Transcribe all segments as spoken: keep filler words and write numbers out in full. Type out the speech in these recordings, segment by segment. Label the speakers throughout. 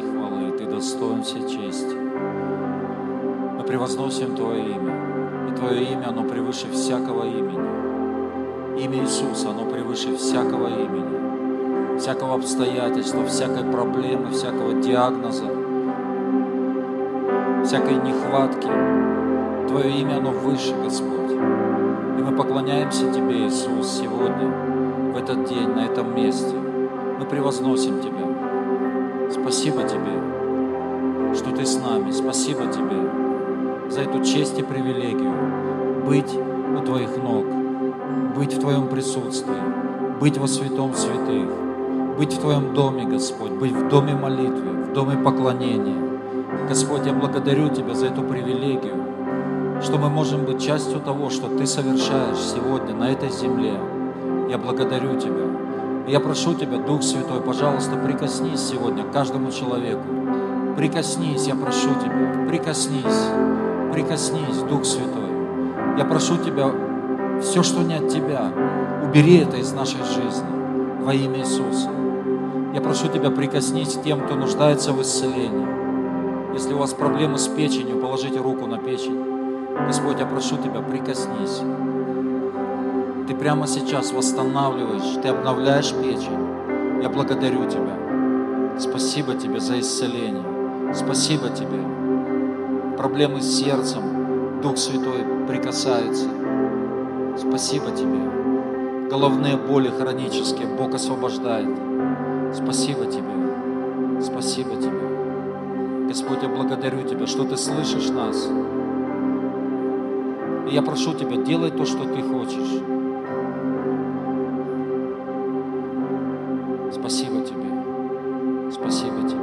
Speaker 1: хвалы, Ты достоин всей чести. Мы превозносим Твое имя, и Твое имя, оно превыше всякого имени. Имя Иисуса, оно превыше всякого имени, всякого обстоятельства, всякой проблемы, всякого диагноза, всякой нехватки. Твое имя, оно выше, Господь. И мы поклоняемся Тебе, Иисус, сегодня, в этот день, на этом месте. Мы превозносим Тебя. Спасибо Тебе, что Ты с нами. Спасибо Тебе за эту честь и привилегию быть у Твоих ног, быть в Твоем присутствии, быть во святом святых, быть в Твоем доме, Господь, быть в доме молитвы, в доме поклонения. Господь, я благодарю Тебя за эту привилегию, что мы можем быть частью того, что Ты совершаешь сегодня на этой земле. Я благодарю Тебя. И я прошу Тебя, Дух Святой, пожалуйста, прикоснись сегодня к каждому человеку. Прикоснись, я прошу Тебя, прикоснись, прикоснись, Дух Святой. Я прошу Тебя, все, что не от Тебя, убери это из нашей жизни во имя Иисуса. Я прошу Тебя, прикоснись к тем, кто нуждается в исцелении. Если у вас проблемы с печенью, положите руку на печень. Господь, я прошу Тебя, прикоснись. Ты прямо сейчас восстанавливаешь, Ты обновляешь печень. Я благодарю Тебя. Спасибо Тебе за исцеление. Спасибо Тебе. Проблемы с сердцем, Дух Святой прикасается. Спасибо Тебе. Головные боли хронические Бог освобождает. Спасибо Тебе. Спасибо Тебе. Господь, я благодарю Тебя, что Ты слышишь нас. И я прошу Тебя, делай то, что Ты хочешь. Спасибо Тебе. Спасибо Тебе.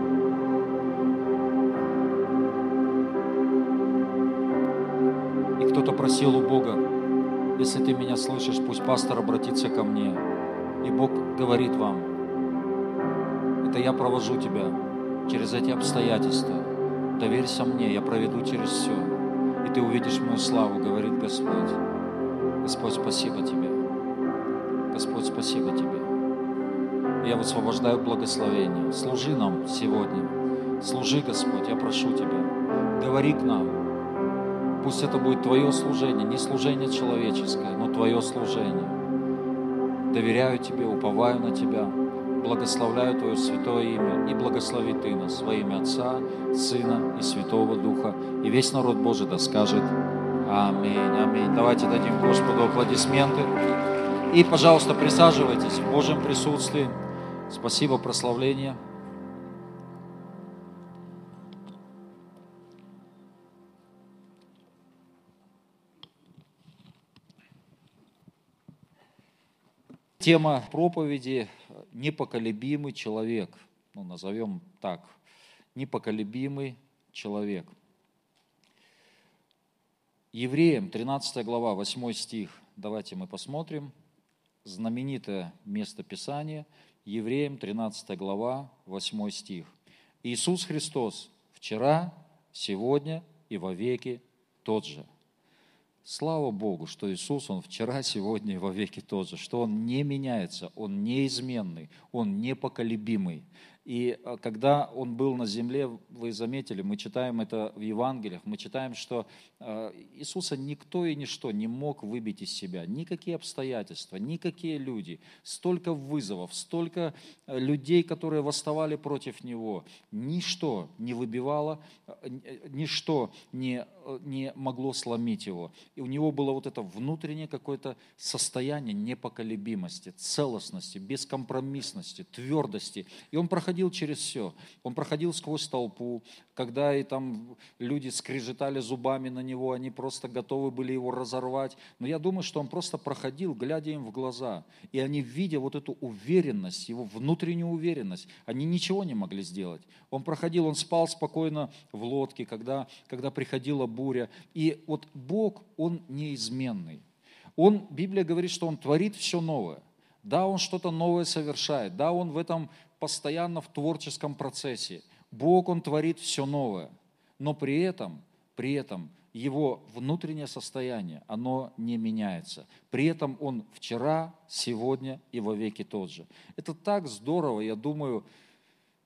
Speaker 1: И кто-то просил у Бога, если Ты меня слышишь, пусть пастор обратится ко мне. И Бог говорит вам, это я провожу тебя через эти обстоятельства. Доверься мне, я проведу через все. И ты увидишь мою славу, говорит Господь. Господь, спасибо Тебе. Господь, спасибо Тебе. Я высвобождаю благословение. Служи нам сегодня. Служи, Господь, я прошу Тебя. Говори к нам. Пусть это будет Твое служение, не служение человеческое, но Твое служение. Доверяю Тебе, уповаю на Тебя. Благословляю Твое святое имя, и благослови Ты нас во имя Отца, Сына и Святого Духа. И весь народ Божий да скажет аминь, аминь. Давайте дадим Господу аплодисменты. И, пожалуйста, присаживайтесь в Божьем присутствии. Спасибо, прославление. Тема проповеди «Непоколебимый человек». Ну, назовем так. Непоколебимый человек. Евреям, тринадцатая глава, восьмой стих. Давайте мы посмотрим. Знаменитое место Писания. Евреям, тринадцатая глава, восьмой стих. Иисус Христос вчера, сегодня и вовеки тот же. Слава Богу, что Иисус, Он вчера, сегодня и вовеки тот же, что Он не меняется, Он неизменный, Он непоколебимый. И когда Он был на земле, вы заметили, мы читаем это в Евангелиях, мы читаем, что Иисуса никто и ничто не мог выбить из себя, никакие обстоятельства, никакие люди, столько вызовов, столько людей, которые восставали против Него, ничто не выбивало, ничто не, не могло сломить Его. И у Него было вот это внутреннее какое-то состояние непоколебимости, целостности, бескомпромиссности, твердости. И Он проходил через все. Он проходил сквозь толпу, когда и там люди скрежетали зубами на Него, они просто готовы были Его разорвать. Но я думаю, что Он просто проходил, глядя им в глаза. И они, видя вот эту уверенность, Его внутреннюю уверенность, они ничего не могли сделать. Он проходил, Он спал спокойно в лодке, когда, когда приходила буря. И вот Бог, Он неизменный. Он, Библия говорит, что Он творит все новое. Да, Он что-то новое совершает. Да, Он в этом постоянно в творческом процессе. Бог, Он творит все новое. Но при этом, при этом Его внутреннее состояние, оно не меняется. При этом Он вчера, сегодня и вовеки тот же. Это так здорово, я думаю,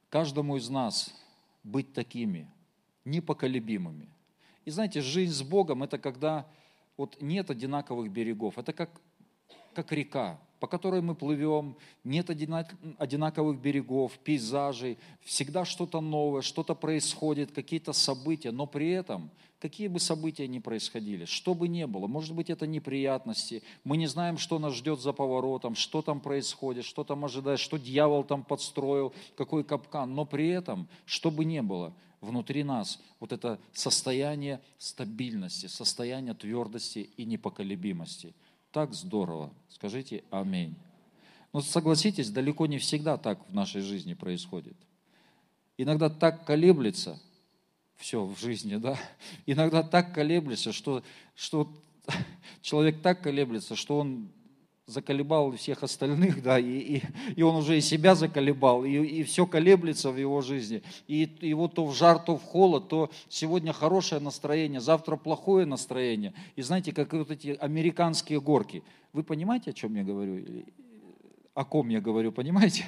Speaker 1: каждому из нас быть такими, непоколебимыми. И знаете, жизнь с Богом – это когда вот нет одинаковых берегов. Это как, как река, по которой мы плывем, нет одинаковых берегов, пейзажей, всегда что-то новое, что-то происходит, какие-то события, но при этом, какие бы события ни происходили, что бы ни было, может быть, это неприятности, мы не знаем, что нас ждет за поворотом, что там происходит, что там ожидает, что дьявол там подстроил, какой капкан, но при этом, что бы ни было, внутри нас вот это состояние стабильности, состояние твердости и непоколебимости. Так здорово. Скажите аминь. Но согласитесь, далеко не всегда так в нашей жизни происходит. Иногда так колеблется все в жизни, да? Иногда так колеблется, что, что человек так колеблется, что он заколебал всех остальных, да, и, и, и он уже и себя заколебал, и, и все колеблется в его жизни. И его то в жар, то в холод, то сегодня хорошее настроение, завтра плохое настроение. И знаете, как вот эти американские горки. Вы понимаете, о чем я говорю? О ком я говорю, понимаете?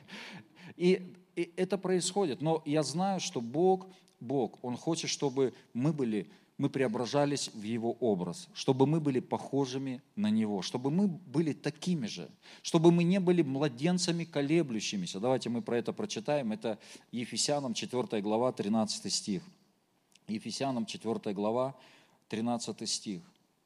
Speaker 1: И, и это происходит. Но я знаю, что Бог, Бог, Он хочет, чтобы мы были мы преображались в Его образ, чтобы мы были похожими на Него, чтобы мы были такими же, чтобы мы не были младенцами колеблющимися. Давайте мы про это прочитаем. Это Ефесянам четвёртая глава, тринадцатый стих. Ефесянам четвёртая глава, тринадцатый стих.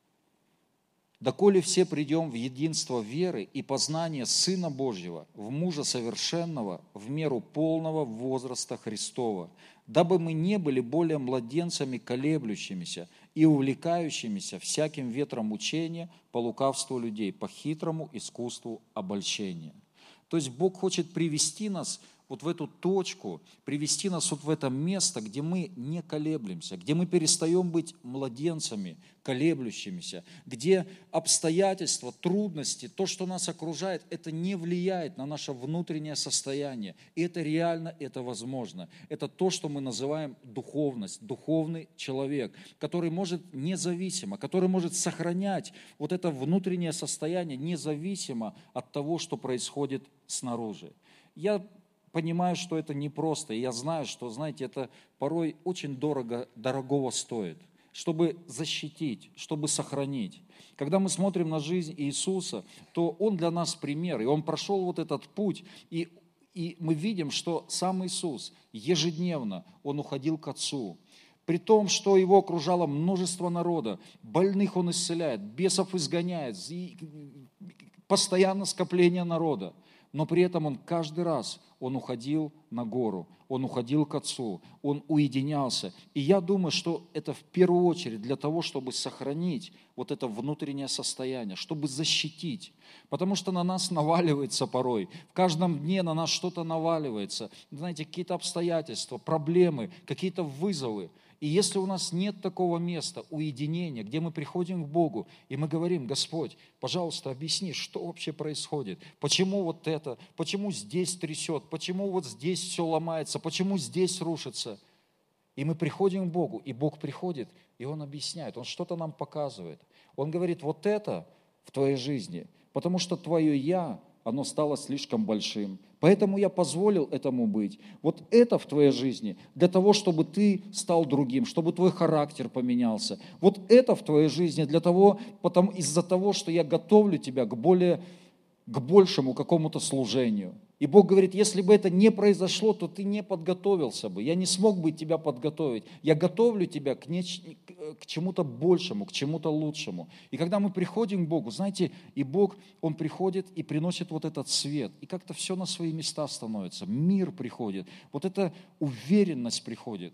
Speaker 1: «Доколе все придем в единство веры и познания Сына Божьего, в мужа совершенного, в меру полного возраста Христова, дабы мы не были более младенцами колеблющимися и увлекающимися всяким ветром учения по лукавству людей, по хитрому искусству обольщения». То есть Бог хочет привести нас вот в эту точку, привести нас вот в это место, где мы не колеблемся, где мы перестаем быть младенцами, колеблющимися, где обстоятельства, трудности, то, что нас окружает, это не влияет на наше внутреннее состояние. И это реально, это возможно. Это то, что мы называем духовность, духовный человек, который может независимо, который может сохранять вот это внутреннее состояние независимо от того, что происходит снаружи. Я понимаю, что это непросто, и я знаю, что, знаете, это порой очень дорого, дорогого стоит, чтобы защитить, чтобы сохранить. Когда мы смотрим на жизнь Иисуса, то Он для нас пример, и Он прошел вот этот путь, и, и мы видим, что сам Иисус ежедневно, Он уходил к Отцу. При том, что Его окружало множество народа, больных Он исцеляет, бесов изгоняет, постоянно скопление народа. Но при этом он каждый раз, он уходил на гору, он уходил к Отцу, он уединялся. И я думаю, что это в первую очередь для того, чтобы сохранить вот это внутреннее состояние, чтобы защитить. Потому что на нас наваливается порой, в каждом дне на нас что-то наваливается. Знаете, какие-то обстоятельства, проблемы, какие-то вызовы. И если у нас нет такого места, уединения, где мы приходим к Богу, и мы говорим: Господь, пожалуйста, объясни, что вообще происходит, почему вот это, почему здесь трясет, почему вот здесь все ломается, почему здесь рушится. И мы приходим к Богу, и Бог приходит, и Он объясняет, Он что-то нам показывает. Он говорит: вот это в твоей жизни, потому что твое «я», оно стало слишком большим. Поэтому я позволил этому быть. Вот это в твоей жизни для того, чтобы ты стал другим, чтобы твой характер поменялся. Вот это в твоей жизни для того, потому, из-за того, что я готовлю тебя к более, к большему какому-то служению. И Бог говорит: если бы это не произошло, то ты не подготовился бы. Я не смог бы тебя подготовить. Я готовлю тебя к, неч... к чему-то большему, к чему-то лучшему. И когда мы приходим к Богу, знаете, и Бог, Он приходит и приносит вот этот свет. И как-то все на свои места становится. Мир приходит. Вот эта уверенность приходит.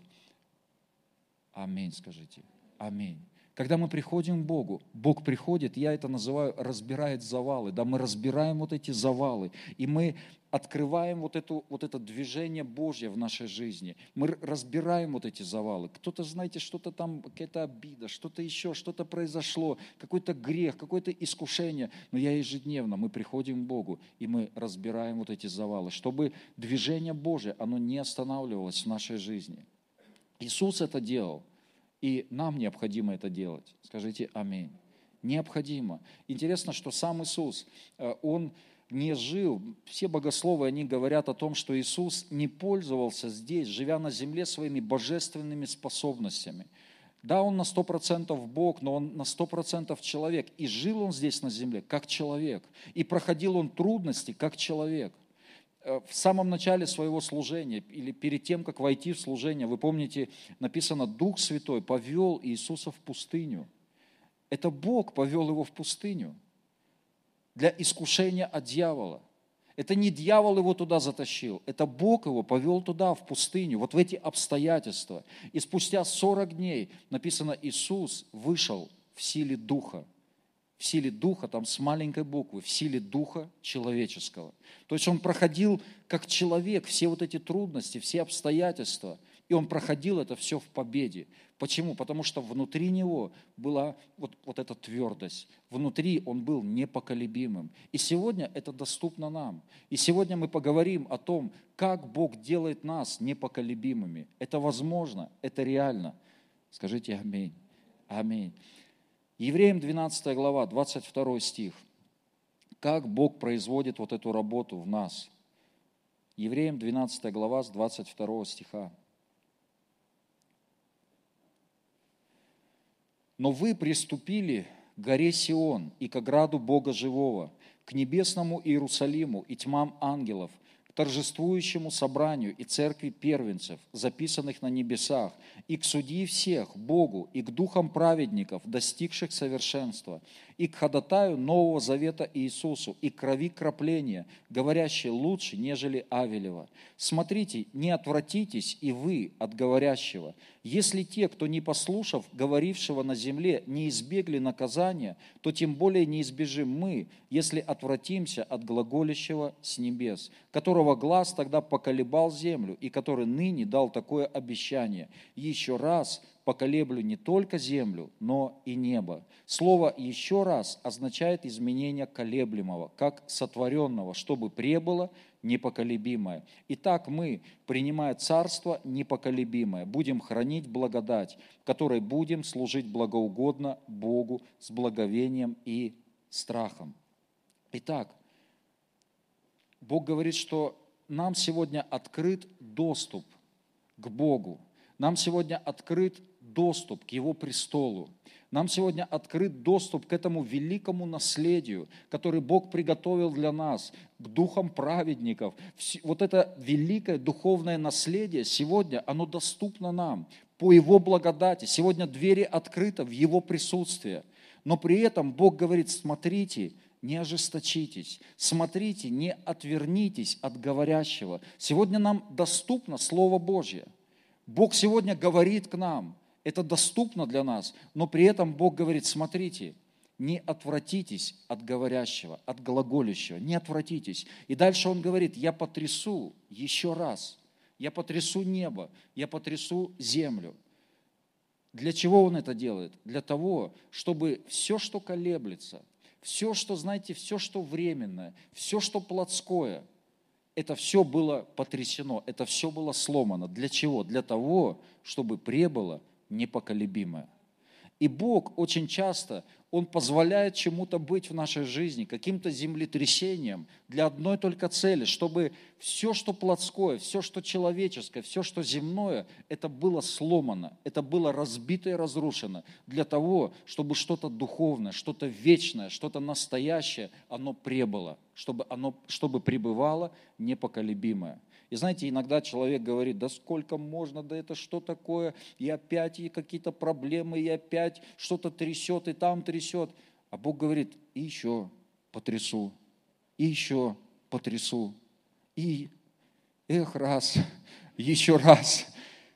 Speaker 1: Аминь, скажите. Аминь. Когда мы приходим к Богу, Бог приходит, я это называю, разбирает завалы. Да, мы разбираем вот эти завалы, и мы открываем вот, эту, вот это движение Божье в нашей жизни. Мы разбираем вот эти завалы. Кто-то, знаете, что-то там, какая-то обида, что-то еще, что-то произошло, какой-то грех, какое-то искушение. Но я ежедневно, мы приходим к Богу, и мы разбираем вот эти завалы, чтобы движение Божье, оно не останавливалось в нашей жизни. Иисус это делал. И нам необходимо это делать. Скажите аминь. Необходимо. Интересно, что сам Иисус, Он не жил, все богословы, они говорят о том, что Иисус не пользовался здесь, живя на земле, своими божественными способностями. Да, Он на сто процентов Бог, но Он на сто процентов человек. И жил Он здесь на земле как человек. И проходил Он трудности как человек. В самом начале своего служения, или перед тем, как войти в служение, вы помните, написано, Дух Святой повел Иисуса в пустыню. Это Бог повел Его в пустыню для искушения от дьявола. Это не дьявол его туда затащил, это Бог его повел туда, в пустыню, вот в эти обстоятельства. И спустя сорок дней, написано, Иисус вышел в силе Духа. В силе Духа, там с маленькой буквы, в силе Духа человеческого. То есть Он проходил как человек все вот эти трудности, все обстоятельства. И Он проходил это все в победе. Почему? Потому что внутри Него была вот, вот эта твердость. Внутри Он был непоколебимым. И сегодня это доступно нам. И сегодня мы поговорим о том, как Бог делает нас непоколебимыми. Это возможно, это реально. Скажите аминь. Аминь. Евреям двенадцатая глава, двадцать второй стих. Как Бог производит вот эту работу в нас. Евреям двенадцатая глава с двадцать второго стиха. Но вы приступили к горе Сион и к ограду Бога живого, к небесному Иерусалиму и тьмам ангелов, к торжествующему собранию и церкви первенцев, записанных на небесах, и к судьи всех, Богу, и к духам праведников, достигших совершенства, и к ходатаю Нового Завета Иисусу, и к крови крапления, говорящей лучше, нежели Авелева. Смотрите, не отвратитесь и вы от говорящего. Если те, кто не послушав говорившего на земле, не избегли наказания, то тем более не избежим мы, если отвратимся от глаголящего с небес, которого глас тогда поколебал землю, и который ныне дал такое обещание. Еще раз поколеблю не только землю, но и небо. Слово «еще раз» означает изменение колеблемого, как сотворенного, чтобы пребыло непоколебимое. Итак, мы, принимая царство непоколебимое, будем хранить благодать, которой будем служить благоугодно Богу с благовением и страхом. Итак, Бог говорит, что нам сегодня открыт доступ к Богу. Нам сегодня открыт доступ к Его престолу. Нам сегодня открыт доступ к этому великому наследию, который Бог приготовил для нас, к духам праведников. Вот это великое духовное наследие сегодня, оно доступно нам по Его благодати. Сегодня двери открыты в Его присутствии. Но при этом Бог говорит, смотрите, не ожесточитесь, смотрите, не отвернитесь от говорящего. Сегодня нам доступно Слово Божье. Бог сегодня говорит к нам, это доступно для нас, но при этом Бог говорит, смотрите, не отвратитесь от говорящего, от глаголющего, не отвратитесь. И дальше Он говорит, я потрясу еще раз, я потрясу небо, я потрясу землю. Для чего Он это делает? Для того, чтобы все, что колеблется, все, что, знаете, все, что временное, все, что плотское, это все было потрясено, это все было сломано. Для чего? Для того, чтобы пребыло непоколебимое. И Бог очень часто, Он позволяет чему-то быть в нашей жизни, каким-то землетрясением для одной только цели, чтобы все, что плотское, все, что человеческое, все, что земное, это было сломано, это было разбито и разрушено для того, чтобы что-то духовное, что-то вечное, что-то настоящее, оно пребыло, чтобы оно, чтобы пребывало непоколебимое. И знаете, иногда человек говорит, да сколько можно, да это что такое, и опять и какие-то проблемы, и опять что-то трясет, и там трясет. А Бог говорит, и еще потрясу, и еще потрясу, и эх, раз, еще раз.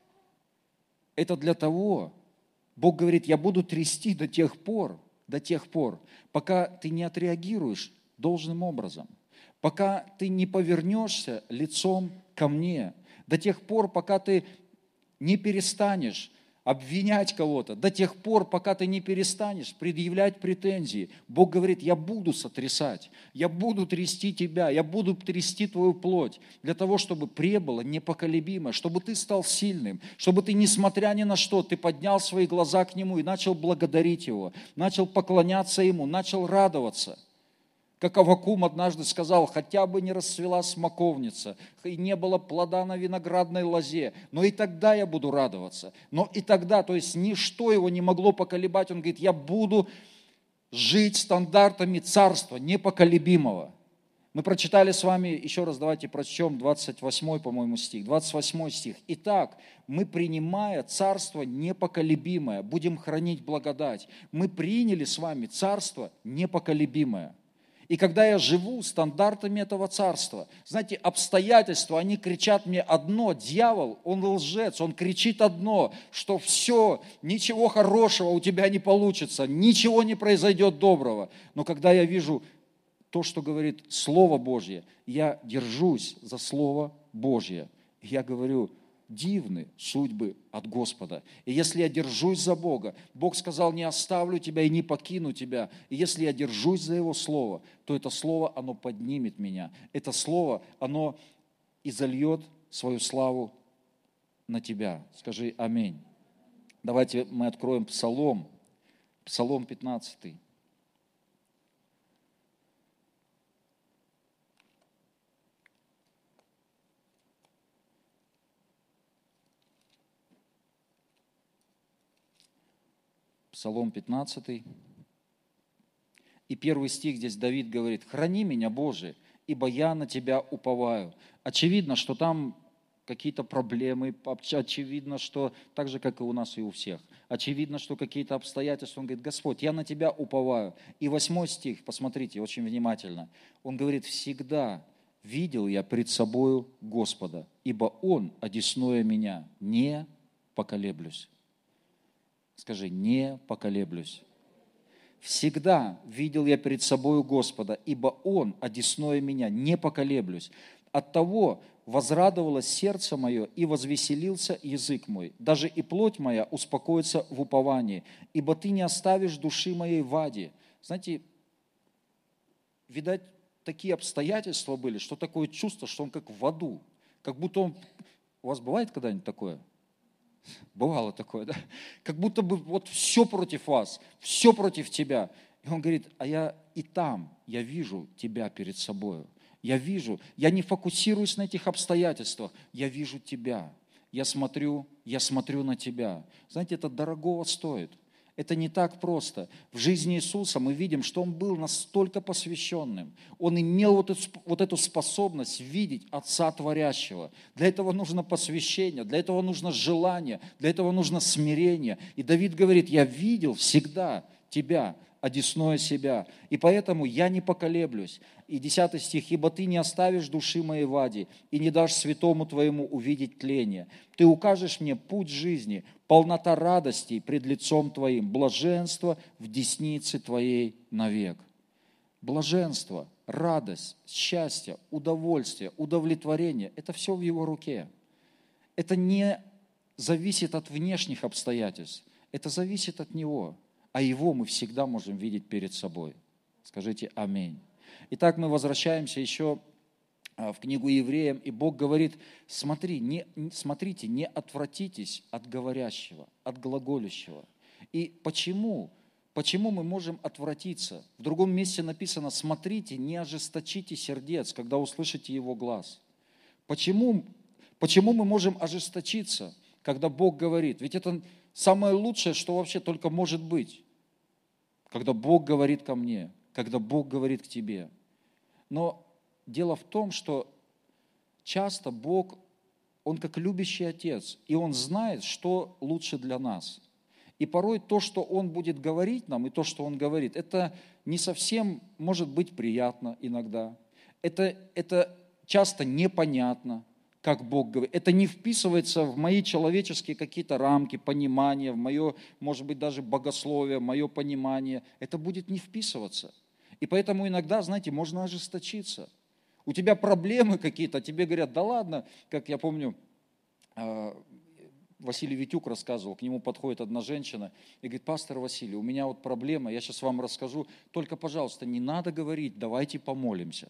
Speaker 1: Это для того, Бог говорит, я буду трясти до тех пор, до тех пор, пока ты не отреагируешь должным образом. Пока ты не повернешься лицом ко мне, до тех пор, пока ты не перестанешь обвинять кого-то, до тех пор, пока ты не перестанешь предъявлять претензии, Бог говорит, я буду сотрясать, я буду трясти тебя, я буду трясти твою плоть, для того, чтобы пребыло непоколебимое, чтобы ты стал сильным, чтобы ты, несмотря ни на что, ты поднял свои глаза к Нему и начал благодарить Его, начал поклоняться Ему, начал радоваться. Как Аввакум однажды сказал, хотя бы не расцвела смоковница, и не было плода на виноградной лозе, но и тогда я буду радоваться. Но и тогда, то есть ничто его не могло поколебать. Он говорит, я буду жить стандартами царства непоколебимого. Мы прочитали с вами, еще раз давайте прочтем двадцать восьмой, по-моему, стих. двадцать восьмой стих. Итак, мы, принимая царство непоколебимое, будем хранить благодать. Мы приняли с вами царство непоколебимое. И когда я живу стандартами этого царства, знаете, обстоятельства, они кричат мне одно, дьявол, он лжец, он кричит одно, что все, ничего хорошего у тебя не получится, ничего не произойдет доброго. Но когда я вижу то, что говорит Слово Божье, я держусь за Слово Божье. Я говорю, дивны судьбы от Господа. И если я держусь за Бога, Бог сказал, не оставлю тебя и не покину тебя. И если я держусь за Его Слово, то это Слово, оно поднимет меня. Это Слово, оно изольет свою славу на тебя. Скажи аминь. Давайте мы откроем Псалом, Псалом пятнадцатый. Псалом пятнадцатый. И первый стих здесь Давид говорит, «Храни меня, Боже, ибо я на Тебя уповаю». Очевидно, что там какие-то проблемы, очевидно, что так же, как и у нас и у всех. Очевидно, что какие-то обстоятельства. Он говорит, Господь, я на Тебя уповаю. И восьмой стих, посмотрите очень внимательно. Он говорит, «Всегда видел я пред собою Господа, ибо Он, одесную меня, не поколеблюсь». Скажи, не поколеблюсь. Всегда видел я перед собою Господа, ибо Он, одесную меня, не поколеблюсь. Оттого возрадовалось сердце мое и возвеселился язык мой. Даже и плоть моя успокоится в уповании, ибо Ты не оставишь души моей в аде. Знаете, видать, такие обстоятельства были, что такое чувство, что он как в аду. Как будто он... У вас бывает когда-нибудь такое? Бывало такое, да? Как будто бы вот все против вас, все против тебя. И он говорит, а я и там, я вижу тебя перед собой. Я вижу, я не фокусируюсь на этих обстоятельствах, я вижу тебя. Я смотрю, я смотрю на тебя. Знаете, это дорогого стоит. Это не так просто. В жизни Иисуса мы видим, что Он был настолько посвященным. Он имел вот эту, вот эту способность видеть Отца Творящего. Для этого нужно посвящение, для этого нужно желание, для этого нужно смирение. И Давид говорит, я видел всегда тебя, одесную себя, и поэтому я не поколеблюсь. И десятый стих, ибо Ты не оставишь души моей в аде, и не дашь святому Твоему увидеть тление. Ты укажешь мне путь жизни, полнота радостей пред лицом Твоим, блаженство в деснице Твоей навек. Блаженство, радость, счастье, удовольствие, удовлетворение – это все в Его руке. Это не зависит от внешних обстоятельств, это зависит от Него. А Его мы всегда можем видеть перед собой. Скажите аминь. Итак, мы возвращаемся еще в книгу Евреям, и Бог говорит, смотри, не, смотрите, не отвратитесь от говорящего, от глаголющего. И почему? Почему мы можем отвратиться? В другом месте написано, смотрите, не ожесточите сердец, когда услышите Его глаз. Почему, почему мы можем ожесточиться, когда Бог говорит? Ведь это самое лучшее, что вообще только может быть, когда Бог говорит ко мне, когда Бог говорит к тебе. Но дело в том, что часто Бог, Он как любящий Отец, и Он знает, что лучше для нас. И порой то, что Он будет говорить нам, и то, что Он говорит, это не совсем может быть приятно иногда. Это, это часто непонятно, как Бог говорит. Это не вписывается в мои человеческие какие-то рамки, понимания, в мое, может быть, даже богословие, в мое понимание. Это будет не вписываться. И поэтому иногда, знаете, можно ожесточиться. У тебя проблемы какие-то, а тебе говорят, да ладно, как я помню, Василий Витюк рассказывал, к нему подходит одна женщина и говорит, пастор Василий, у меня вот проблема, я сейчас вам расскажу, только, пожалуйста, не надо говорить, давайте помолимся.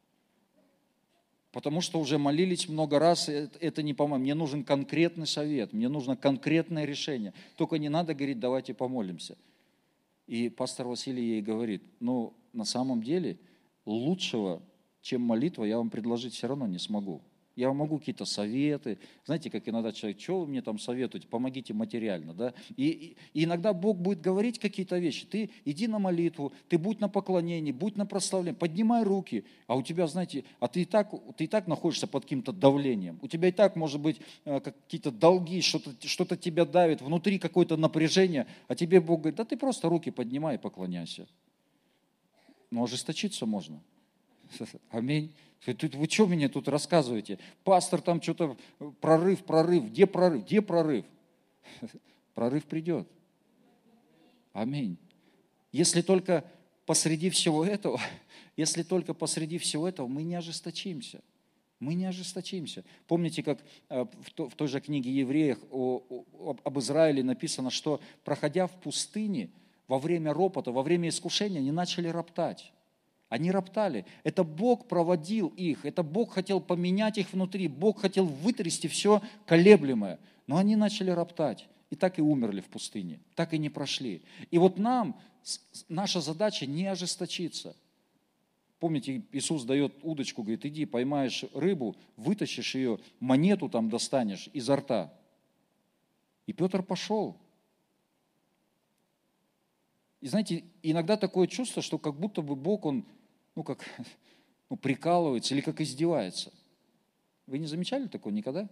Speaker 1: Потому что уже молились много раз, это не поможет. Мне нужен конкретный совет, мне нужно конкретное решение. Только не надо говорить, давайте помолимся. И пастор Василий ей говорит, ну, на самом деле, лучшего, чем молитва, я вам предложить все равно не смогу. Я вам могу какие-то советы. Знаете, как иногда человек, что вы мне там советуете, помогите материально. Да? И, и, и иногда Бог будет говорить какие-то вещи. Ты иди на молитву, ты будь на поклонении, будь на прославлении, поднимай руки. А у тебя, знаете, а ты и так, ты и так находишься под каким-то давлением. У тебя и так, может быть, какие-то долги, что-то, что-то тебя давит, внутри какое-то напряжение. А тебе Бог говорит, да ты просто руки поднимай и поклоняйся. Но ожесточиться можно. Аминь. Вы что мне тут рассказываете? Пастор там что-то, прорыв, прорыв, где прорыв, где прорыв? Прорыв придет. Аминь. Если только посреди всего этого, если только посреди всего этого мы не ожесточимся. Мы не ожесточимся. Помните, как в той же книге Евреях об Израиле написано, что проходя в пустыне, во время ропота, во время искушения, они начали роптать. Они роптали. Это Бог проводил их, это Бог хотел поменять их внутри, Бог хотел вытрясти все колеблемое. Но они начали роптать, и так и умерли в пустыне, так и не прошли. И вот нам, наша задача не ожесточиться. Помните, Иисус дает удочку, говорит, иди, поймаешь рыбу, вытащишь ее, монету там достанешь изо рта. И Петр пошел. И знаете, иногда такое чувство, что как будто бы Бог, Он, ну как, ну, прикалывается или как издевается. Вы не замечали такого никогда?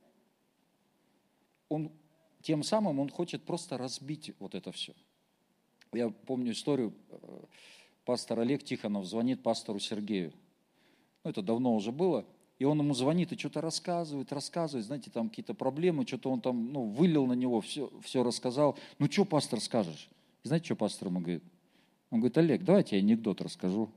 Speaker 1: Он, тем самым Он хочет просто разбить вот это все. Я помню историю, пастор Олег Тихонов звонит пастору Сергею. Ну, это давно уже было. И он ему звонит и что-то рассказывает, рассказывает, знаете, там какие-то проблемы, что-то он там, ну, вылил на него, все, все рассказал. Ну, что, пастор, скажешь? И знаете, что пастор ему говорит? Он говорит, Олег, давайте я анекдот расскажу.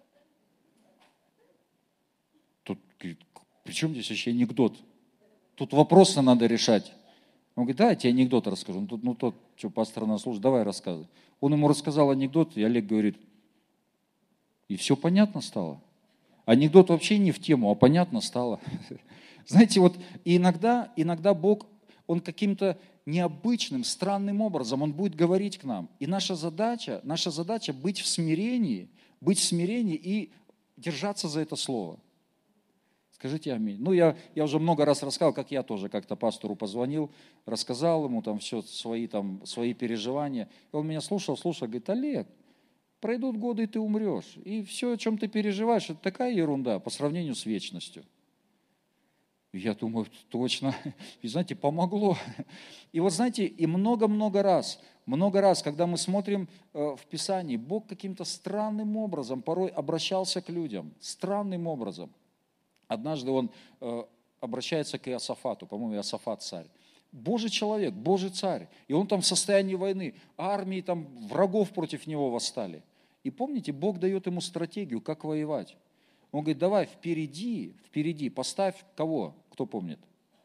Speaker 1: Тут, говорит, при чем здесь вообще анекдот? Тут вопросы надо решать. Он говорит, давайте я анекдот расскажу. Ну, тут, ну тот, что пастор нас слушает, давай рассказывай. Он ему рассказал анекдот, и Олег говорит, и все понятно стало. Анекдот вообще не в тему, а понятно стало. Знаете, вот иногда, иногда Бог, Он каким-то необычным, странным образом, Он будет говорить к нам. И наша задача, наша задача быть в смирении, быть в смирении и держаться за это слово. Скажите аминь. Ну, я, я уже много раз рассказал, как я тоже как-то пастору позвонил, рассказал ему там все свои, там, свои переживания. И он меня слушал, слушал, говорит, Олег, пройдут годы, и ты умрешь. И все, о чем ты переживаешь, это такая ерунда по сравнению с вечностью. И я думаю, точно. И знаете, помогло. И вот знаете, и много-много раз, много раз, когда мы смотрим в Писании, Бог каким-то странным образом порой обращался к людям. Странным образом. Однажды он обращается к Иосафату, по-моему, Иосафат царь. Божий человек, Божий царь. И он там в состоянии войны. Армии там врагов против него восстали. И помните, Бог дает ему стратегию, как воевать. Он говорит, давай впереди, впереди поставь кого? Кто помнит?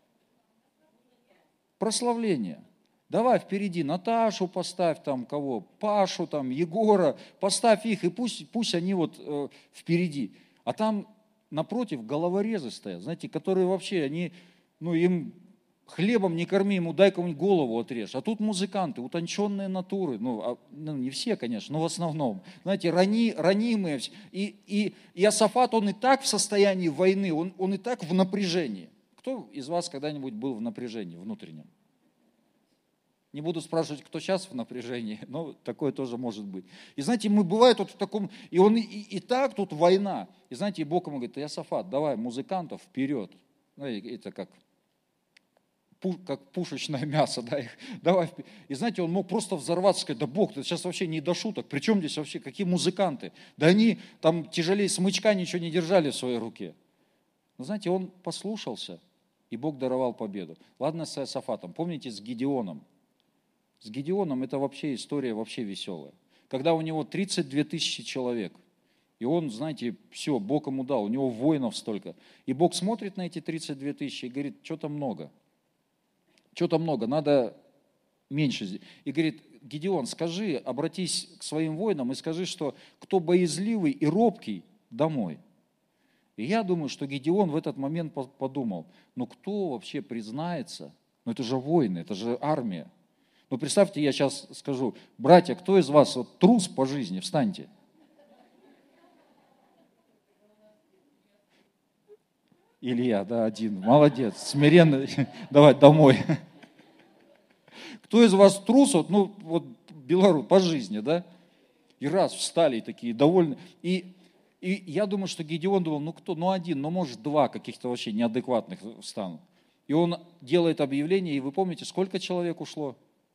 Speaker 1: Прославление. Давай впереди Наташу поставь там кого? Пашу там, Егора. Поставь их, и пусть, пусть они вот э, впереди. А там напротив головорезы стоят, знаете, которые вообще, они, ну им хлебом не корми, ему дай кому-нибудь голову отрежь. А тут музыканты, утонченные натуры, ну, а, ну не все, конечно, но в основном. Знаете, рани, ранимые. И, и, и Иосафат, он и так в состоянии войны, он, он и так в напряжении. Кто из вас когда-нибудь был в напряжении внутреннем? Не буду спрашивать, кто сейчас в напряжении, но такое тоже может быть. И знаете, мы бывает вот в таком, и он и, и так тут война. И знаете, и Бог ему говорит, Иосафат, давай музыкантов вперед. Знаете, это как, как пушечное мясо, да, их, давай вперед. И знаете, он мог просто взорваться, сказать, да Бог, это сейчас вообще не до шуток. Причем здесь вообще, какие музыканты? Да они там тяжелее смычка ничего не держали в своей руке. Но знаете, он послушался, и Бог даровал победу. Ладно с Иосафатом, помните с Гидеоном? С Гидеоном это вообще история вообще веселая. Когда у него тридцать две тысячи человек, и он, знаете, все, Бог ему дал, у него воинов столько. И Бог смотрит на эти тридцать две тысячи и говорит, что-то много. Что-то много, надо меньше. И говорит, Гидеон, скажи, обратись к своим воинам и скажи, что кто боязливый и робкий, домой. И я думаю, что Гидеон в этот момент подумал, ну кто вообще признается? Ну это же воины, это же армия. Ну, представьте, я сейчас скажу, братья, кто из вас вот, трус по жизни, встаньте. Илья, да, один. Молодец, смиренный. Давай домой. Кто из вас трус, вот, ну, вот, белорус, по жизни, да? И раз встали такие довольны. И, и я думаю, что Гедеон думал, ну кто, ну один, ну может два каких-то вообще неадекватных встанут. И он делает объявление, и вы помните, сколько человек ушло?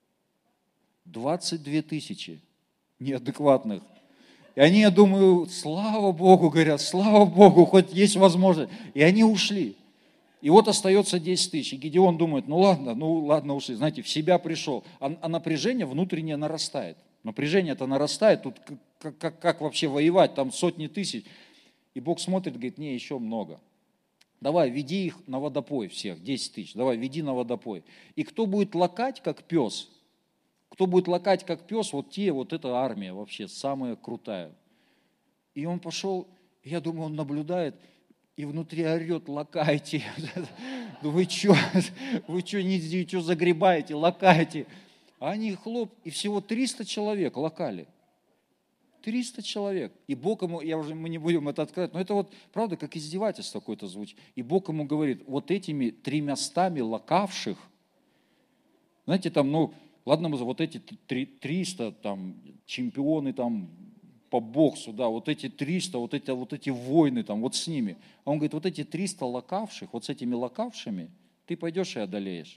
Speaker 1: двадцать две тысячи неадекватных. И они, я думаю, слава Богу, говорят, слава Богу, хоть есть возможность. И они ушли. И вот остается десять тысяч. И Гедеон думает, ну ладно, ну ладно, ушли. Знаете, в себя пришел. А, а напряжение внутреннее нарастает. Напряжение-то нарастает. Тут как, как, как вообще воевать? Там сотни тысяч. И Бог смотрит, говорит, не, еще много. Давай, веди их на водопой всех, десять тысяч. Давай, веди на водопой. И кто будет лакать, как пес, кто будет лакать, как пес, вот те, вот эта армия вообще самая крутая. И он пошел, я думаю, он наблюдает, и внутри орет, лакайте. Вы что, вы что, не что загребаете, лакайте. А они хлоп, и всего триста человек лакали. триста человек. И Бог ему, я уже, мы не будем это открывать, но это вот, правда, как издевательство какое-то звучит. И Бог ему говорит, вот этими тремястами лакавших, знаете, там, ну, ладно, вот эти триста, там, чемпионы, там, по боксу, да, вот эти триста, вот эти, вот эти войны, там, вот с ними. А он говорит, вот эти триста лакавших, вот с этими лакавшими, ты пойдешь и одолеешь.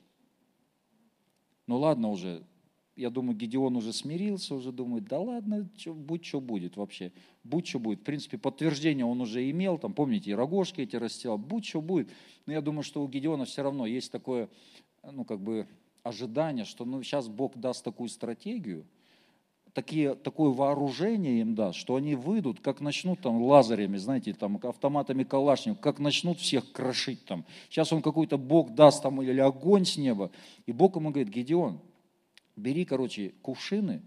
Speaker 1: Ну ладно уже, я думаю, Гедеон уже смирился, уже думает, да ладно, чё, будь что будет вообще, будь что будет. В принципе, подтверждение он уже имел, там, помните, и рогожки эти растил, будь что будет. Но я думаю, что у Гедеона все равно есть такое, ну, как бы, ожидание, что, ну, сейчас Бог даст такую стратегию, такие, такое вооружение им даст, что они выйдут, как начнут там лазерами, знаете, там автоматами Калашникова, как начнут всех крошить там. Сейчас он какой-то Бог даст там или огонь с неба. И Бог ему говорит, Гедеон, бери, короче, кувшины,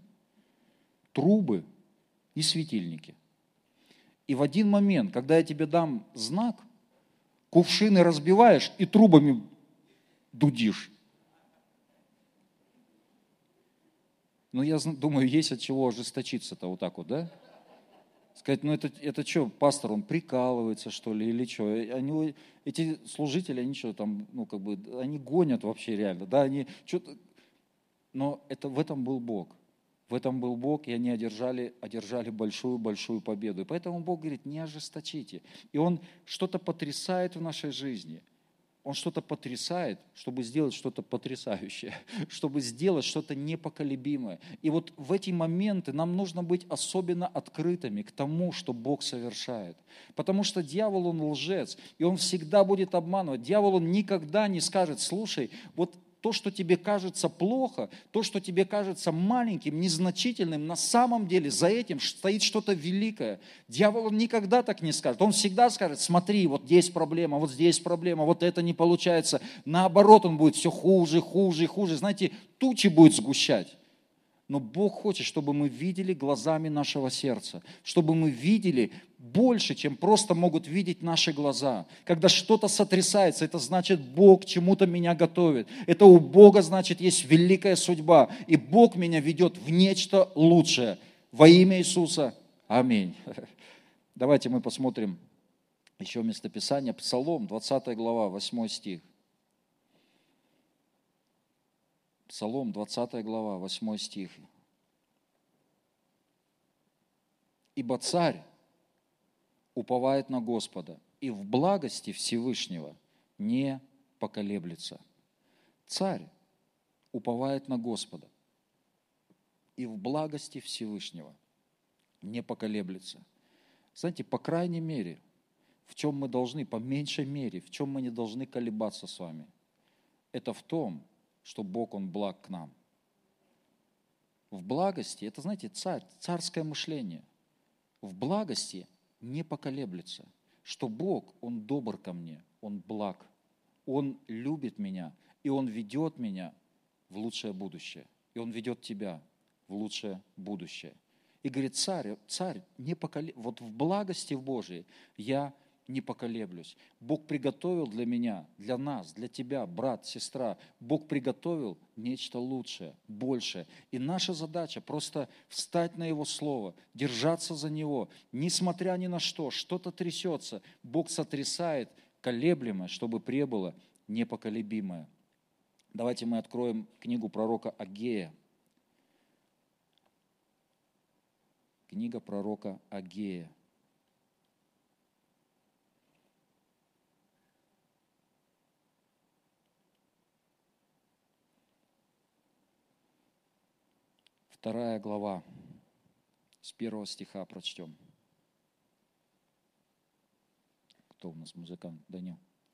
Speaker 1: трубы и светильники. И в один момент, когда я тебе дам знак, кувшины разбиваешь и трубами дудишь. Ну, я думаю, есть от чего ожесточиться-то вот так вот, да? Сказать, ну это, это что, пастор, он прикалывается, что ли, или что? Они, эти служители, они что там, ну, как бы, они гонят вообще реально, да, они что-то... Но это, в этом был Бог. В этом был Бог, и они одержали, одержали большую-большую победу. И поэтому Бог говорит, не ожесточите. И Он что-то потрясает в нашей жизни. Он что-то потрясает, чтобы сделать что-то потрясающее, чтобы сделать что-то непоколебимое. И вот в эти моменты нам нужно быть особенно открытыми к тому, что Бог совершает. Потому что дьявол, он лжец, и он всегда будет обманывать. Дьявол, он никогда не скажет, слушай, вот то, что тебе кажется плохо, то, что тебе кажется маленьким, незначительным, на самом деле за этим стоит что-то великое. Дьявол, он никогда так не скажет. Он всегда скажет, смотри, вот здесь проблема, вот здесь проблема, вот это не получается. Наоборот, он будет все хуже, хуже, хуже. Знаете, тучи будет сгущать. Но Бог хочет, чтобы мы видели глазами нашего сердца, чтобы мы видели больше, чем просто могут видеть наши глаза. Когда что-то сотрясается, это значит, Бог чему-то меня готовит. Это у Бога, значит, есть великая судьба. И Бог меня ведет в нечто лучшее. Во имя Иисуса. Аминь. Давайте мы посмотрим еще местописание. Псалом, двадцатая глава, восьмой стих. Псалом, двадцатая глава, восьмой стих. «Ибо царь уповает на Господа, и в благости Всевышнего не поколеблется». Царь уповает на Господа, и в благости Всевышнего не поколеблется. Знаете, по крайней мере, в чем мы должны, по меньшей мере, в чем мы не должны колебаться с вами, это в том, что Бог, Он благ к нам. В благости, это, знаете, царь, царское мышление. В благости не поколеблется, что Бог, Он добр ко мне, Он благ, Он любит меня, и Он ведет меня в лучшее будущее. И Он ведет тебя в лучшее будущее. И говорит, царь, царь, не поколе... вот в благости в Божией я не поколеблюсь. Бог приготовил для меня, для нас, для тебя, брат, сестра, Бог приготовил нечто лучшее, большее. И наша задача просто встать на Его Слово, держаться за Него, несмотря ни на что, что-то трясется, Бог сотрясает, колеблемое, чтобы пребыло непоколебимое. Давайте мы откроем книгу пророка Агея. Книга пророка Агея. Вторая глава, с первого стиха прочтем. Кто у нас музыкант? Данил.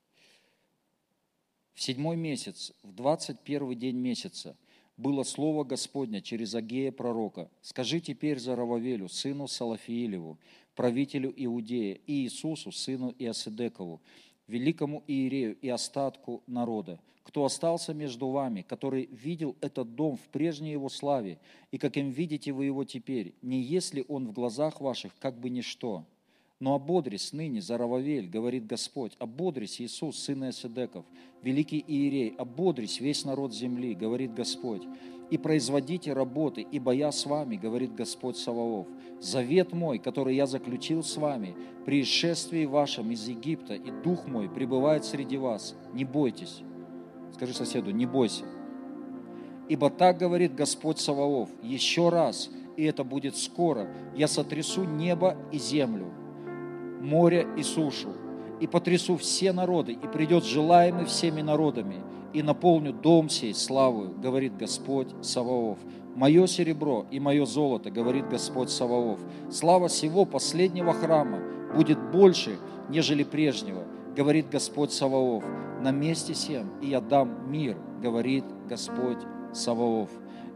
Speaker 1: В седьмой месяц, в двадцать первый день месяца, было слово Господне через Агея пророка. Скажи теперь Зарававелю, сыну Салафиилеву, правителю Иудея, и Иисусу, сыну Иосидекову, великому иерею и остатку народа, кто остался между вами, который видел этот дом в прежней его славе, и каким видите вы его теперь, не есть ли он в глазах ваших как бы ничто? Но ободрись ныне, Зарававель, говорит Господь, ободрись, Иисус, сын Иосидеков, великий иерей, ободрись весь народ земли, говорит Господь, и производите работы, ибо я с вами, говорит Господь Саваоф. Завет мой, который я заключил с вами при исшествии вашем из Египта, и дух мой пребывает среди вас. Не бойтесь. Скажи соседу, не бойся. Ибо так говорит Господь Саваоф, еще раз, и это будет скоро, я сотрясу небо и землю, море и сушу, и потрясу все народы, и придет желаемый всеми народами, и наполню дом сей славою, говорит Господь Саваоф. Мое серебро и мое золото, говорит Господь Саваоф. Слава сего последнего храма будет больше, нежели прежнего, говорит Господь Саваоф. На месте сем, и я дам мир, говорит Господь Саваоф.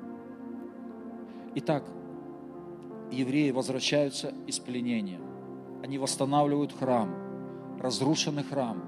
Speaker 1: Итак, евреи возвращаются из пленения. Они восстанавливают храм, разрушенный храм.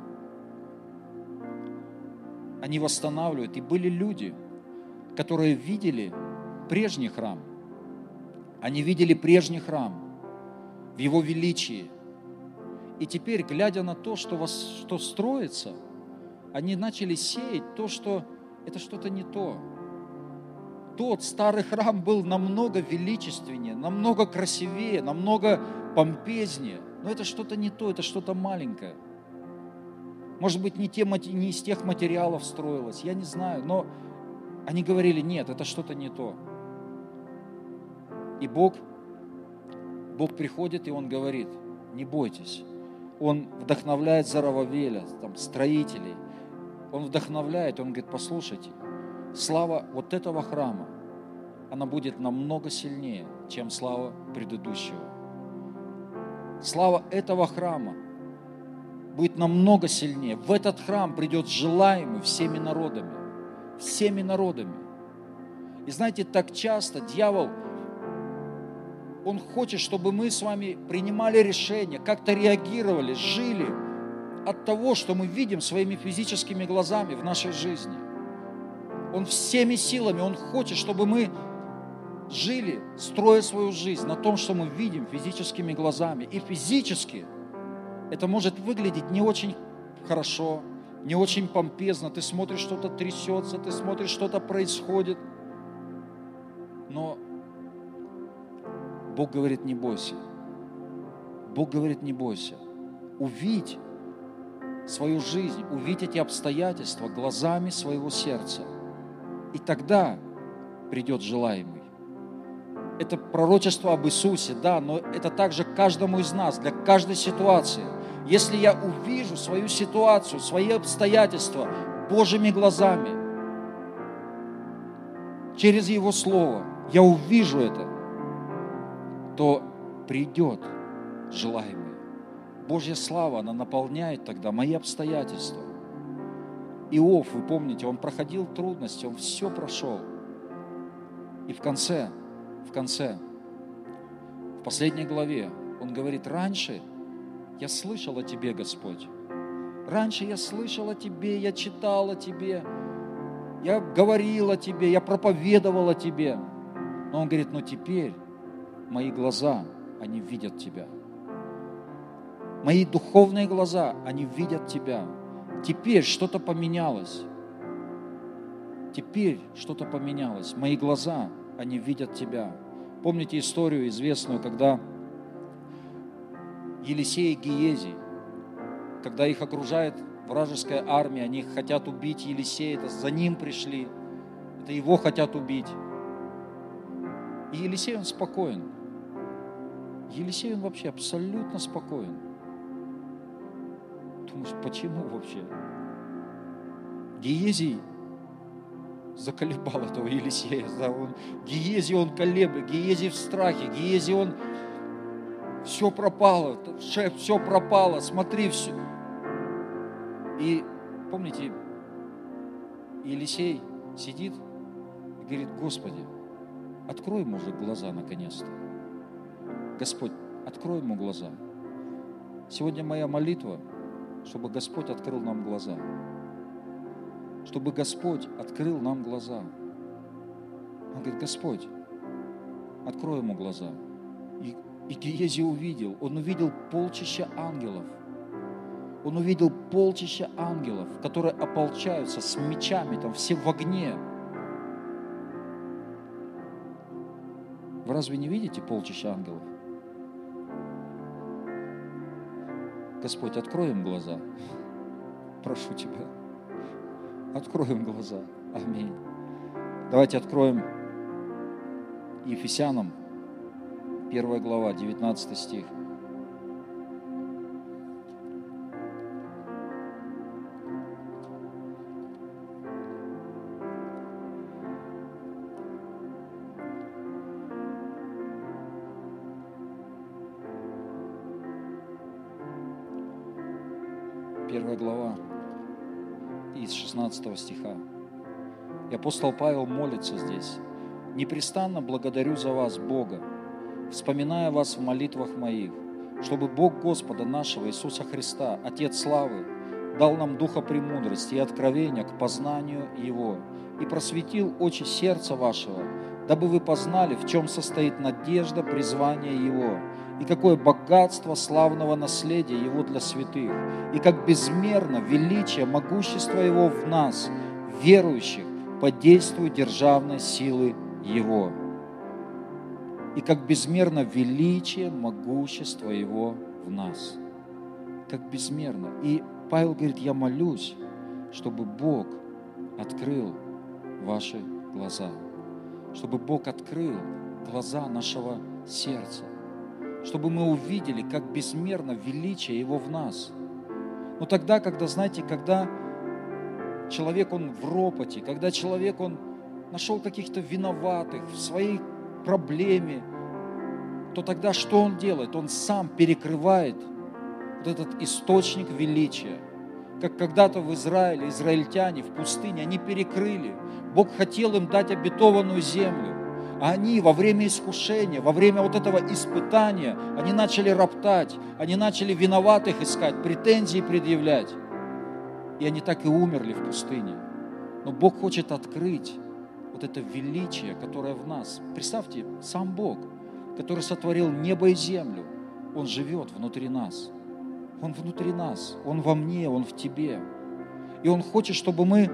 Speaker 1: Они восстанавливают. И были люди, которые видели прежний храм. Они видели прежний храм в его величии. И теперь, глядя на то, что, вас, что строится, они начали сеять то, что это что-то не то. Тот старый храм был намного величественнее, намного красивее, намного помпезнее. Но это что-то не то, это что-то маленькое. Может быть, не, те, не из тех материалов строилось, я не знаю. Но они говорили, нет, это что-то не то. И Бог, Бог приходит, и Он говорит, не бойтесь. Он вдохновляет Зарававеля, там, строителей. Он вдохновляет, Он говорит, послушайте, слава вот этого храма, она будет намного сильнее, чем слава предыдущего. Слава этого храма будет намного сильнее. В этот храм придет желаемый всеми народами. Всеми народами. И знаете, так часто дьявол, он хочет, чтобы мы с вами принимали решения, как-то реагировали, жили от того, что мы видим своими физическими глазами в нашей жизни. Он всеми силами, он хочет, чтобы мы жили, строя свою жизнь на том, что мы видим физическими глазами. И физически это может выглядеть не очень хорошо, не очень помпезно. Ты смотришь, что-то трясется, ты смотришь, что-то происходит. Но Бог говорит, не бойся. Бог говорит, не бойся. Увидь свою жизнь, увидь эти обстоятельства глазами своего сердца. И тогда придет желаемый. Это пророчество об Иисусе, да, но это также каждому из нас, для каждой ситуации. Если я увижу свою ситуацию, свои обстоятельства Божьими глазами, через Его Слово, я увижу это, то придет желаемый. Божья слава, она наполняет тогда мои обстоятельства. Иов, вы помните, он проходил трудности, он все прошел. И в конце, в конце, в последней главе, он говорит, раньше я слышал о Тебе, Господь. Раньше я слышал о Тебе, я читал о Тебе, я говорил о Тебе, я проповедовал о Тебе. Но он говорит, но теперь мои глаза, они видят Тебя. Мои духовные глаза, они видят Тебя. Теперь что-то поменялось. Теперь что-то поменялось. Мои глаза, они видят Тебя. Помните историю известную, когда Елисей и Гиези, когда их окружает вражеская армия, они хотят убить Елисея, это за ним пришли, это его хотят убить. И Елисей, он спокоен. Елисей, он вообще абсолютно спокоен. Думаешь, почему вообще? Гиезий заколебал этого Елисея. Да, он, Гиезий, он колеблет, Гиезий в страхе, Гиезий, он все пропало, шеф, все пропало, смотри, все. И помните, Елисей сидит и говорит: Господи, открой ему уже глаза наконец-то. Господь, открой ему глаза. Сегодня моя молитва, чтобы Господь открыл нам глаза. Чтобы Господь открыл нам глаза. Он говорит: Господь, открой ему глаза. И, и Гиези увидел, он увидел полчища ангелов. Он увидел полчища ангелов, которые ополчаются с мечами, там все в огне. Вы разве не видите полчища ангелов? Господь, открой им глаза. Прошу Тебя, открой им глаза. Аминь. Давайте откроем Ефесянам, первая глава, девятнадцатый стих. Первая глава, из шестнадцатого стиха. И апостол Павел молится здесь: «Непрестанно благодарю за вас, Бога, вспоминая вас в молитвах моих, чтобы Бог Господа нашего Иисуса Христа, Отец славы, дал нам духа премудрости и откровения к познанию Его, и просветил очи сердца вашего, дабы вы познали, в чем состоит надежда призвания Его, и какое богатство славного наследия Его для святых, и как безмерно величие могущества Его в нас, верующих, по действию державной силы Его. И как безмерно величие могущества Его в нас. Как безмерно. И Павел говорит: я молюсь, чтобы Бог открыл ваши глаза. Чтобы Бог открыл глаза нашего сердца. Чтобы мы увидели, как безмерно величие Его в нас. Но тогда, когда, знаете, когда человек, он в ропоте, когда человек, он нашел каких-то виноватых в своей проблеме, то тогда что он делает? Он сам перекрывает вот этот источник величия. Как когда-то в Израиле, израильтяне в пустыне, они перекрыли. Бог хотел им дать обетованную землю. А они во время искушения, во время вот этого испытания, они начали роптать, они начали виноватых искать, претензии предъявлять. И они так и умерли в пустыне. Но Бог хочет открыть вот это величие, которое в нас. Представьте, сам Бог, который сотворил небо и землю, Он живет внутри нас. Он внутри нас, Он во мне, Он в тебе. И Он хочет, чтобы мы,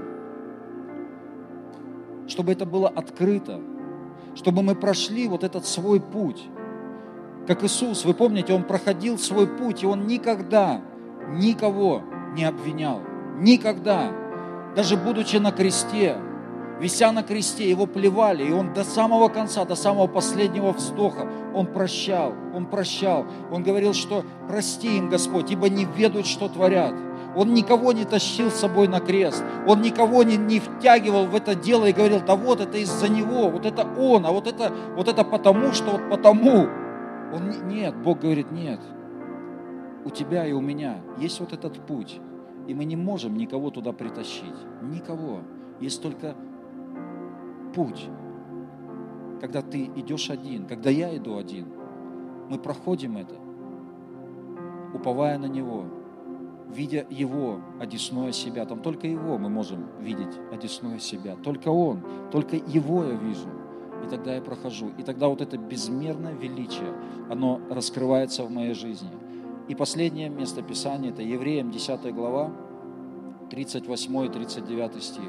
Speaker 1: чтобы это было открыто, чтобы мы прошли вот этот свой путь. Как Иисус, вы помните, Он проходил свой путь, и Он никогда никого не обвинял. Никогда. Даже будучи на кресте, вися на кресте, Его плевали, и Он до самого конца, до самого последнего вздоха, Он прощал, Он прощал. Он говорил, что прости им, Господь, ибо не ведают, что творят. Он никого не тащил с собой на крест. Он никого не, не втягивал в это дело и говорил: да вот это из-за него, вот это он, а вот это, вот это потому, что вот потому. Он, нет, Бог говорит: нет, у тебя и у меня есть вот этот путь, и мы не можем никого туда притащить. Никого. Есть только путь. Когда ты идешь один, когда я иду один, мы проходим это, уповая на Него, видя Его одесную себя. Там только Его мы можем видеть одесную себя. Только Он, только Его я вижу. И тогда я прохожу. И тогда вот это безмерное величие, оно раскрывается в моей жизни. И последнее место Писания, это Евреям десятая глава, тридцать восьмой и тридцать девятый стих.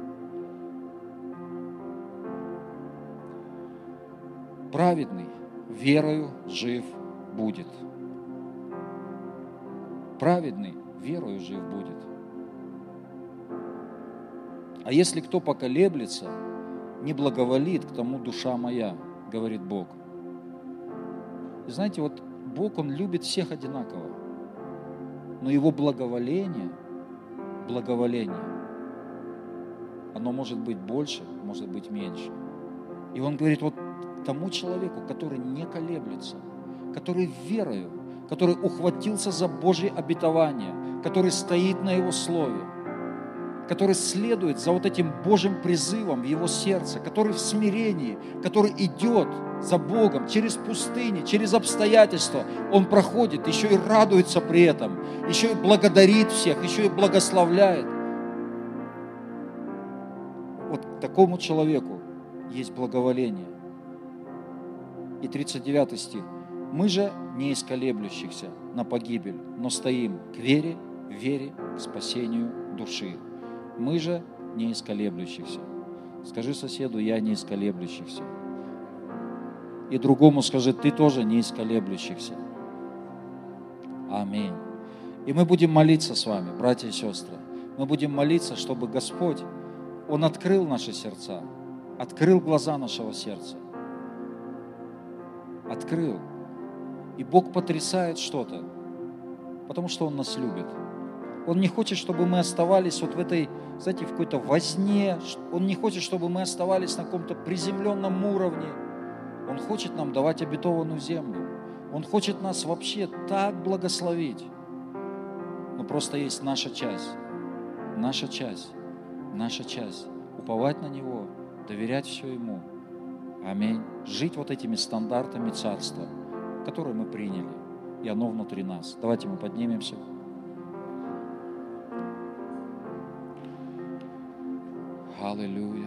Speaker 1: Праведный верою жив будет. Праведный верою жив будет. А если кто поколеблется, не благоволит к тому душа моя, говорит Бог. И знаете, вот Бог, Он любит всех одинаково. Но Его благоволение, благоволение, оно может быть больше, может быть меньше. И Он говорит вот тому человеку, который не колеблется, который верою, который ухватился за Божье обетование, который стоит на Его слове, который следует за вот этим Божьим призывом в его сердце, который в смирении, который идет за Богом через пустыни, через обстоятельства, он проходит, еще и радуется при этом, еще и благодарит всех, еще и благословляет. Вот такому человеку есть благоволение. И тридцать девятый стих. Мы же не из колеблющихся на погибель, но стоим к вере, вере, к спасению души. Мы же не из колеблющихся. Скажи соседу, я не из колеблющихся. И другому скажи, ты тоже не из колеблющихся. Аминь. И мы будем молиться с вами, братья и сестры. Мы будем молиться, чтобы Господь, Он открыл наши сердца, открыл глаза нашего сердца. Открыл. И Бог потрясает что-то, потому что Он нас любит. Он не хочет, чтобы мы оставались вот в этой, знаете, в какой-то возне. Он не хочет, чтобы мы оставались на каком-то приземленном уровне. Он хочет нам давать обетованную землю. Он хочет нас вообще так благословить. Но просто есть наша часть. Наша часть. Наша часть. Уповать на Него, доверять все Ему. Аминь. Жить вот этими стандартами Царства, которые мы приняли. И оно внутри нас. Давайте мы поднимемся. Аллилуйя.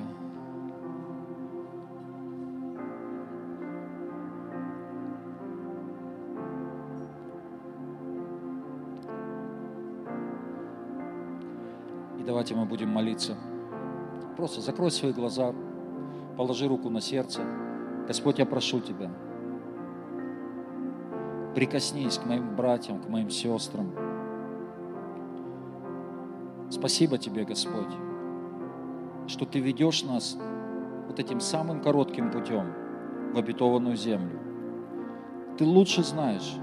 Speaker 1: И давайте мы будем молиться. Просто закрой свои глаза, положи руку на сердце. Господь, я прошу Тебя, прикоснись к моим братьям, к моим сестрам. Спасибо Тебе, Господь, что Ты ведешь нас вот этим самым коротким путем в обетованную землю. Ты лучше знаешь.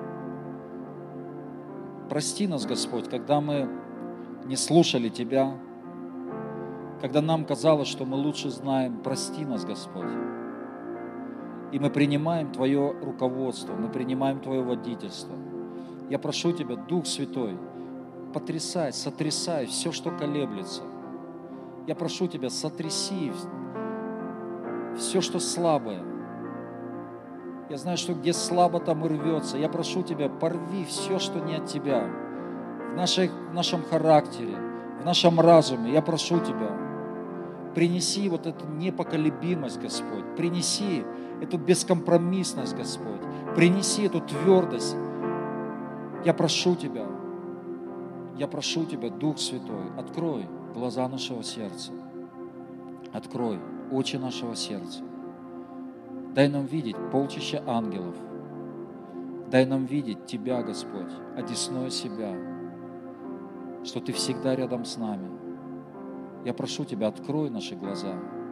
Speaker 1: Прости нас, Господь, когда мы не слушали Тебя, когда нам казалось, что мы лучше знаем. Прости нас, Господь. И мы принимаем Твое руководство, мы принимаем Твое водительство. Я прошу Тебя, Дух Святой, потрясай, сотрясай все, что колеблется. Я прошу Тебя, сотряси все, что слабое. Я знаю, что где слабо, там и рвется. Я прошу Тебя, порви все, что не от Тебя. В, нашей, в нашем характере, в нашем разуме. Я прошу Тебя, принеси вот эту непоколебимость, Господь. Принеси эту бескомпромиссность, Господь. Принеси эту твердость. Я прошу Тебя, я прошу Тебя, Дух Святой, открой глаза нашего сердца. Открой очи нашего сердца. Дай нам видеть полчища ангелов. Дай нам видеть Тебя, Господь, одесную себя, что Ты всегда рядом с нами. Я прошу Тебя, открой наши глаза.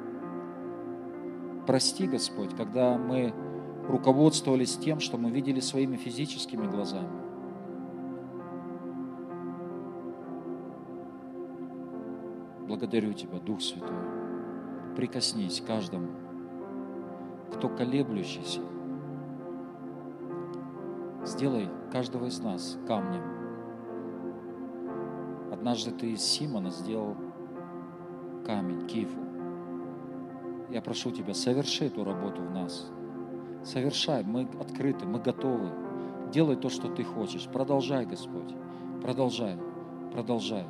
Speaker 1: Прости, Господь, когда мы руководствовались тем, что мы видели своими физическими глазами. Благодарю Тебя, Дух Святой. Прикоснись к каждому, кто колеблющийся. Сделай каждого из нас камнем. Однажды Ты из Симона сделал камень, кифу. Я прошу Тебя, соверши эту работу в нас. Совершай, мы открыты, мы готовы. Делай то, что Ты хочешь. Продолжай, Господь. Продолжай, продолжай.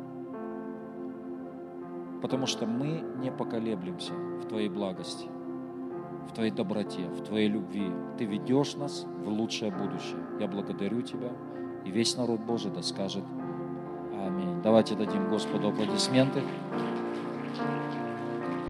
Speaker 1: Потому что мы не поколеблемся в Твоей благости, в Твоей доброте, в Твоей любви. Ты ведешь нас в лучшее будущее. Я благодарю Тебя, и весь народ Божий да скажет аминь. Давайте дадим Господу аплодисменты.